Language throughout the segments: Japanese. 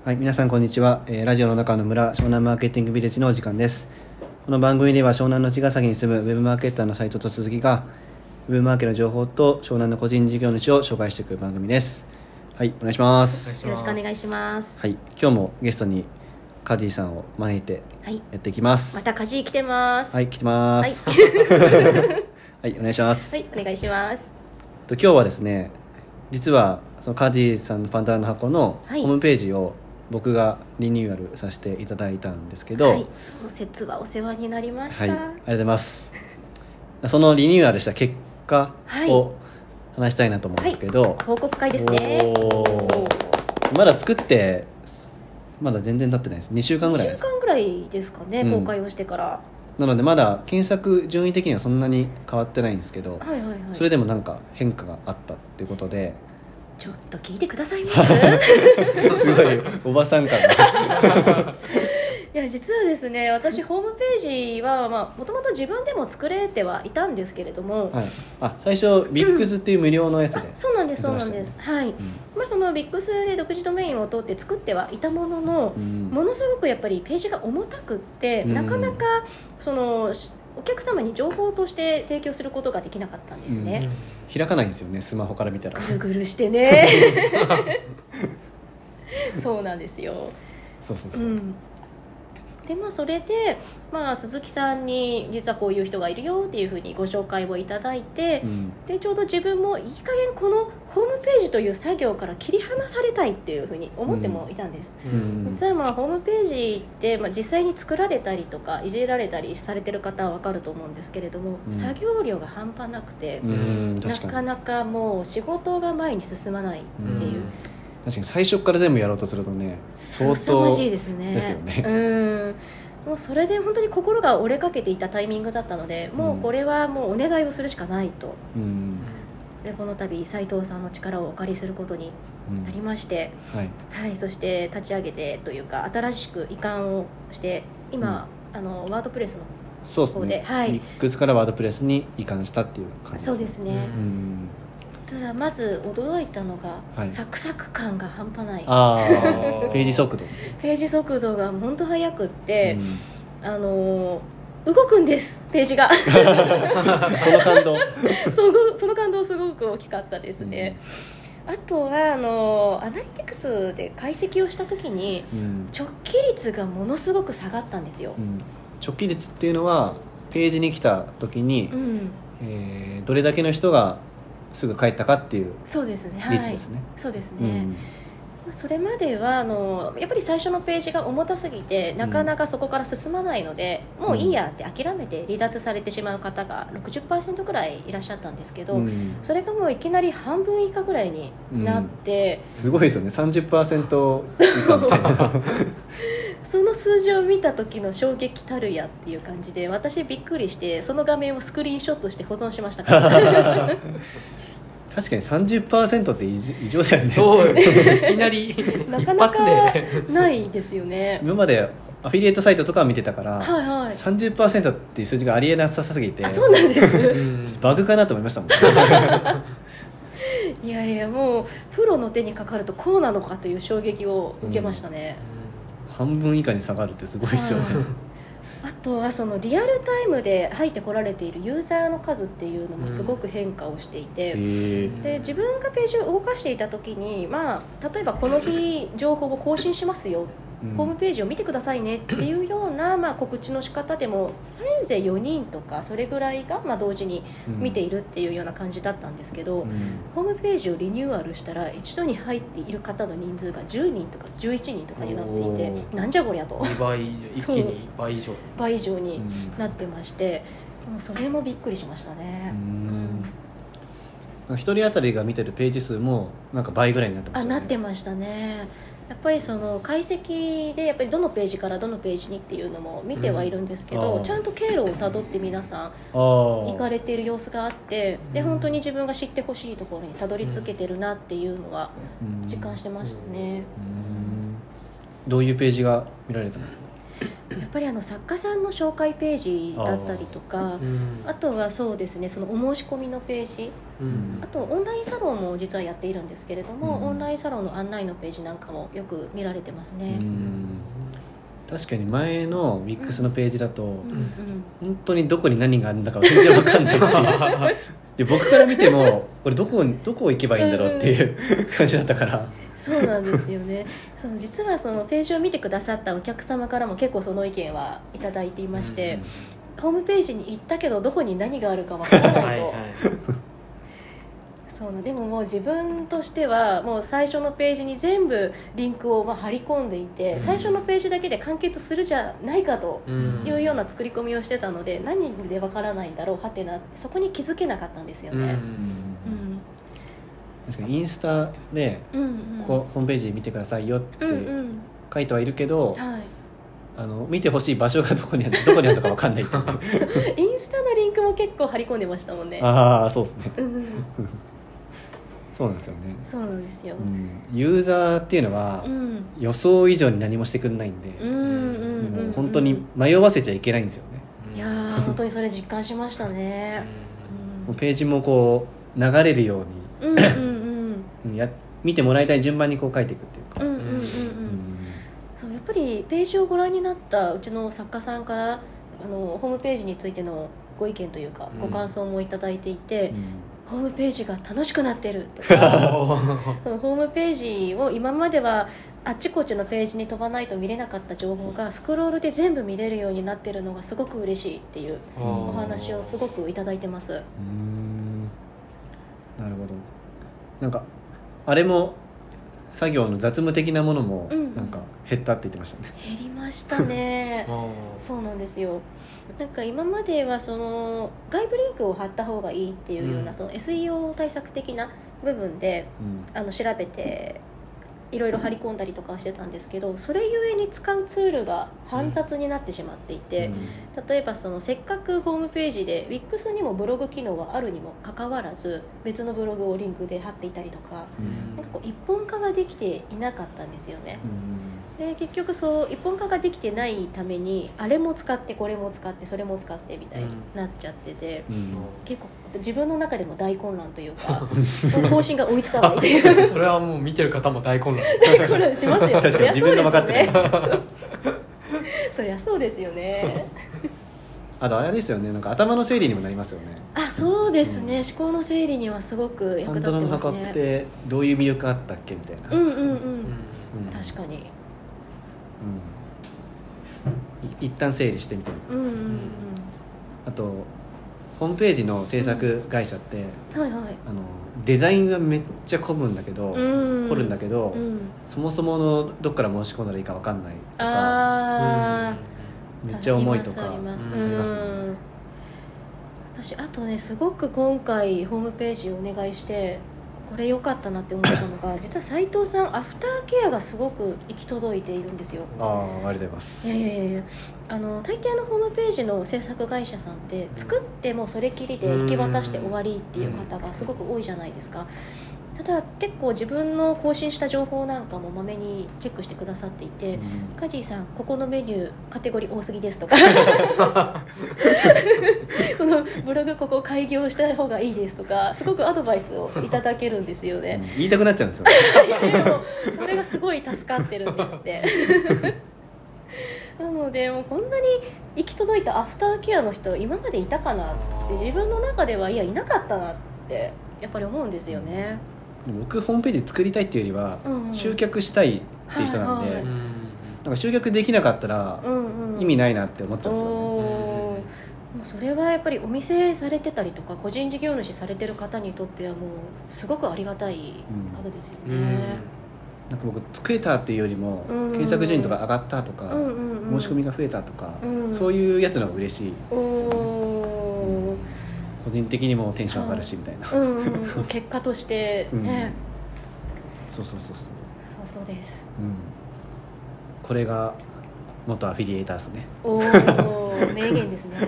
はい、皆さんこんにちは。ラジオの中の村湘南マーケティングビレッジのお時間です。この番組では湘南の茅ヶ崎に住むウェブマーケッターの斉藤と鈴木がウェブマーケの情報と湘南の個人事業主を紹介していく番組です。はい、お願いします。 よろしくお願いします。 はい、今日もゲストにカジーさんを招いてやっていきます。 またカジー来てます。 はい、来てます。はい、お願いします。 はい、お願いします。 今日はですね、実はそのカジーさんのパンタラの箱のホームページを僕がリニューアルさせていただいたんですけど、 はい、その説はお世話になりました。 はい、ありがとうございます。そのリニューアルした結果を話したいなと思うんですけど、 報告会ですね。 まだ作ってまだ全然経ってないです。2週間ぐらいです。 2週間ぐらいですかね、公開をしてから。 なのでまだ検索順位的にはそんなに変わってないんですけど、それでもなんか変化があったっていうことで、 ちょっと聞いてくださいますすごいおばさん感がいや実はですね、私ホームページはもともと自分でも作れてはいたんですけれども、 はい、最初ビックスっていう無料のやつで、 そうなんですそうなんです、はい、そのビックスで独自ドメインを取って作ってはいたものの、ものすごくやっぱりページが重たくって、なかなかそのお客様に情報として提供することができなかったんですね。 開かないんですよね、スマホから見たらぐるぐるしてねそうなんですよ。 そう、 でそれで、鈴木さんに実はこういう人がいるよっていうふうにご紹介をいただいて、でちょうど自分もいい加減このホームページという作業から切り離されたいっていうふうに思ってもいたんです。実はホームページって、実際に作られたりとかいじられたりされてる方は分かると思うんですけれども、作業量が半端なくて、なかなかもう仕事が前に進まないっていう、 確かに最初から全部やろうとするとね、相当ですよね。 もうそれで本当に心が折れかけていたタイミングだったので、もうこれはもうお願いをするしかないと、でこの度斉藤さんの力をお借りすることになりまして、そして立ち上げてというか新しく移管をして今、ワードプレスの方で、 ミックスからワードプレスに移管したっていう感じですね。 そうですね。ただまず驚いたのが、サクサク感が半端ない。 ページ速度が本当速くって、動くんですページがその感動その感動すごく大きかったですね。あとはアナリティクスで解析をした時に、直帰率がものすごく下がったんですよ。 直帰率っていうのはページに来た時に、どれだけの人がすぐ帰ったかっていう率ですね。 そうですね。それまではやっぱり最初のページが重たすぎてなかなかそこから進まないので、もういいやって諦めて離脱されてしまう方が 60% くらいいらっしゃったんですけど、それがもういきなり半分以下ぐらいになって、 すごいですよね。 30% 以下みたいなその数字を見た時の衝撃たるやっていう感じで、私びっくりしてその画面をスクリーンショットして保存しましたから確かに 30% って異常だよね。 そういきなりなかなかないですよね。 今までアフィリエイトサイトとか見てたから、30% っていう数字がありえなさすぎて、 そうなんですちょっとバグかなと思いましたもんいやいや、もうプロの手にかかるとこうなのかという衝撃を受けましたね。 半分以下に下がるってすごいですよね。 あとはそのリアルタイムで入ってこられているユーザーの数っていうのもすごく変化をしていて、で自分がページを動かしていた時に、例えばこの日情報を更新しますよ、ホームページを見てくださいねっていうような、告知の仕方でもせいぜい4人とかそれぐらいが同時に見ているっていうような感じだったんですけど、ホームページをリニューアルしたら一度に入っている方の人数が10人とか11人とかになっていて、なんじゃこりゃと 2倍一気に倍以上になってまして、もうそれもびっくりしましたね。 1人当たりが見てるページ数もなんか倍ぐらいになってましたね。 なってましたね。やっぱりその解析でやっぱりどのページからどのページにっていうのも見てはいるんですけど、ちゃんと経路をたどって皆さん行かれている様子があって、で本当に自分が知ってほしいところにたどり着けてるなっていうのは実感してましたね。 どういうページが見られてますか？ やっぱり作家さんの紹介ページだったりとか、あとはそうですね、そのお申し込みのページ、あとオンラインサロンも実はやっているんですけれども、オンラインサロンの案内のページなんかもよく見られてますね。 確かに前のミックスのページだと、本当にどこに何があるんだか全然分かんないしで僕から見てもこれどこ行けばいいんだろうっていう感じだったから。 そうなんですよね。そう実はそのページを見てくださったお客様からも結構その意見はいただいていまして、ホームページに行ったけどどこに何があるかわからないとそうでももう自分としてはもう最初のページに全部リンクを貼り込んでいて、最初のページだけで完結するじゃないかというような作り込みをしてたので、何でわからないんだろうはてな、そこに気づけなかったんですよね。 確かにインスタで、ホームページ見てくださいよって書いてはいるけど、見てほしい場所がどこにあるのか分かんないインスタのリンクも結構貼り込んでましたもんね。 ああそうですね、そうなんですよね。 そうなんですよ、 ユーザーっていうのは、予想以上に何もしてくれないんで、もう本当に迷わせちゃいけないんですよね。 いや本当にそれ実感しましたね。 もうページもこう流れるように見てもらいたい順番にこう書いていくっていうか、 そうやっぱりページをご覧になったうちの作家さんからホームページについてのご意見というか、ご感想もいただいていて、ホームページが楽しくなってるとかホームページを今まではあっちこっちのページに飛ばないと見れなかった情報がスクロールで全部見れるようになってるのがすごく嬉しいっていうお話をすごくいただいてます。 なるほど。なんかあれも作業の雑務的なものもなんか減ったって言ってましたね。 減りましたねそうなんですよ。なんか今まではその外部リンクを貼った方がいいっていうような、その SEO 対策的な部分で、調べていろいろ張り込んだりとかしてたんですけど、それゆえに使うツールが煩雑になってしまっていて、例えばそのせっかくホームページで Wix にもブログ機能があるにもかかわらず別のブログをリンクで貼っていたりとか、なんかこう一本化ができていなかったんですよね。で結局そう一本化ができてないためにあれも使ってこれも使ってそれも使ってみたいになっちゃってて、結構自分の中でも大混乱というか更新が追いつかないというそれはもう見てる方も大混乱大混乱しますよ。 確かに自分が分かってないそりゃそうですよねあとあれですよね、なんか頭の整理にもなりますよね。 あ、そうですね、思考の整理にはすごく役立ってますね。パンドラの墓ってどういう魅力あったっけみたいな。 確かに、 一旦整理してみたいな。あとホームページの制作会社って、デザインはめっちゃ凝るんだけど、そもそものどっから申し込んだらいいか分かんないとか、めっちゃ重いとかありますもんね。 私あとね、すごく今回ホームページをお願いしてこれ良かったなって思ったのが実は斉藤さんアフターケアがすごく行き届いているんですよ。 ありがとうございます。 大抵のホームページの制作会社さんって作ってもそれきりで引き渡して終わりっていう方がすごく多いじゃないですか。ただ結構自分の更新した情報なんかもまめにチェックしてくださっていて、カジーさんここのメニューカテゴリー多すぎですとかこのブログここ開業した方がいいですとか、すごくアドバイスをいただけるんですよね。 言いたくなっちゃうんですよでもそれがすごい助かってるんですってなのでもうこんなに行き届いたアフターケアの人今までいたかなって自分の中ではいなかったなってやっぱり思うんですよね。 僕ホームページ作りたいっていうよりは、集客したいっていう人なんで、なんか集客できなかったら意味ないなって思っちゃうんですよね。 それはやっぱりお店されてたりとか個人事業主されてる方にとってはもうすごくありがたい方ですよね。 なんか僕作れたっていうよりも、検索順位とか上がったとか、申し込みが増えたとか、そういうやつの方が嬉しいですよね。個人的にもテンション上がるしみたいな、 結果としてね、 そうそうです、 これが元アフィリエイターですね。 名言ですね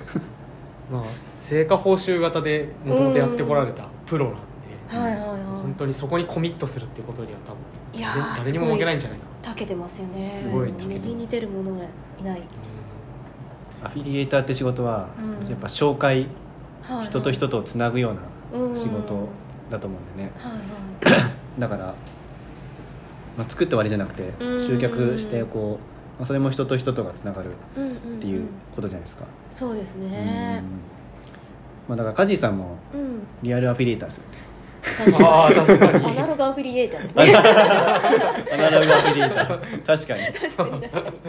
まあ成果報酬型でもともとやってこられたプロなんで、本本当にそこにコミットするってことには多分いや誰にも負けないんじゃないか長けてますよね。 すごい長けてます。 右に出る者はいない。 アフィリエイターって仕事は、やっぱ紹介、人と人とをつなぐような仕事だと思うんでね、だから、作って終わりじゃなくて集客してこう、それも人と人とがつながるっていうことじゃないですか。 そうですね。 だからカジーさんもリアルアフィリエイターですよね。 確かにアナログアフィリエイターですね。 アナログアフィリエイター確かに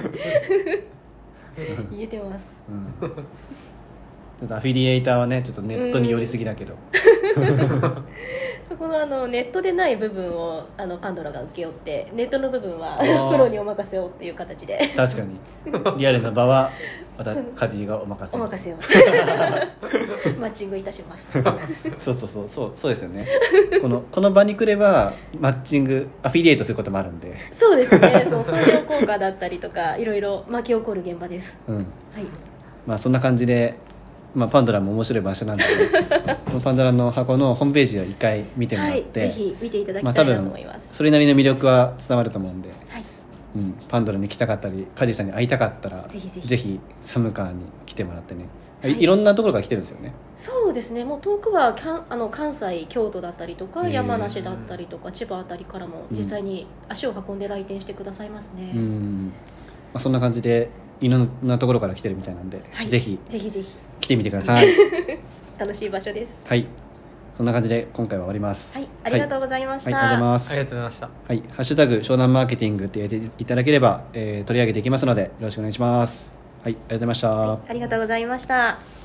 言えてます、 ちょっとアフィリエイターはねちょっとネットに寄りすぎだけど、 そこのネットでない部分をパンドラが請け負って、ネットの部分はプロにお任せをっていう形で。 確かにリアルな場はまたカジーがお任せをマッチングいたしますそうですよね。この場に来ればマッチングアフィリエイトすることもあるんで。 そうですね。相乗効果だったりとかいろいろ巻き起こる現場です、 はい。そんな感じで、パンドラも面白い場所なんで、このパンドラの箱のホームページを一回見てもらって、 ぜひ見ていただきたいなと思います。 それなりの魅力は伝わると思うんで、パンドラに来たかったりカジーさんに会いたかったらぜひサムカーに来てもらってね、いろんなところから来てるんですよね。 そうですね。もう遠くは関西、京都だったりとか山梨だったりとか千葉あたりからも実際に足を運んで来店してくださいますね。 そんな感じでいろんなところから来てるみたいなんで、ぜひ来てみてください。 楽しい場所です。 はい、そんな感じで今回は終わります。 ありがとうございました。 ありがとうございました。 ハッシュタグ湘南マーケティングって入れていただければ、取り上げていきますのでよろしくお願いします。ありがとうございました。 ありがとうございました。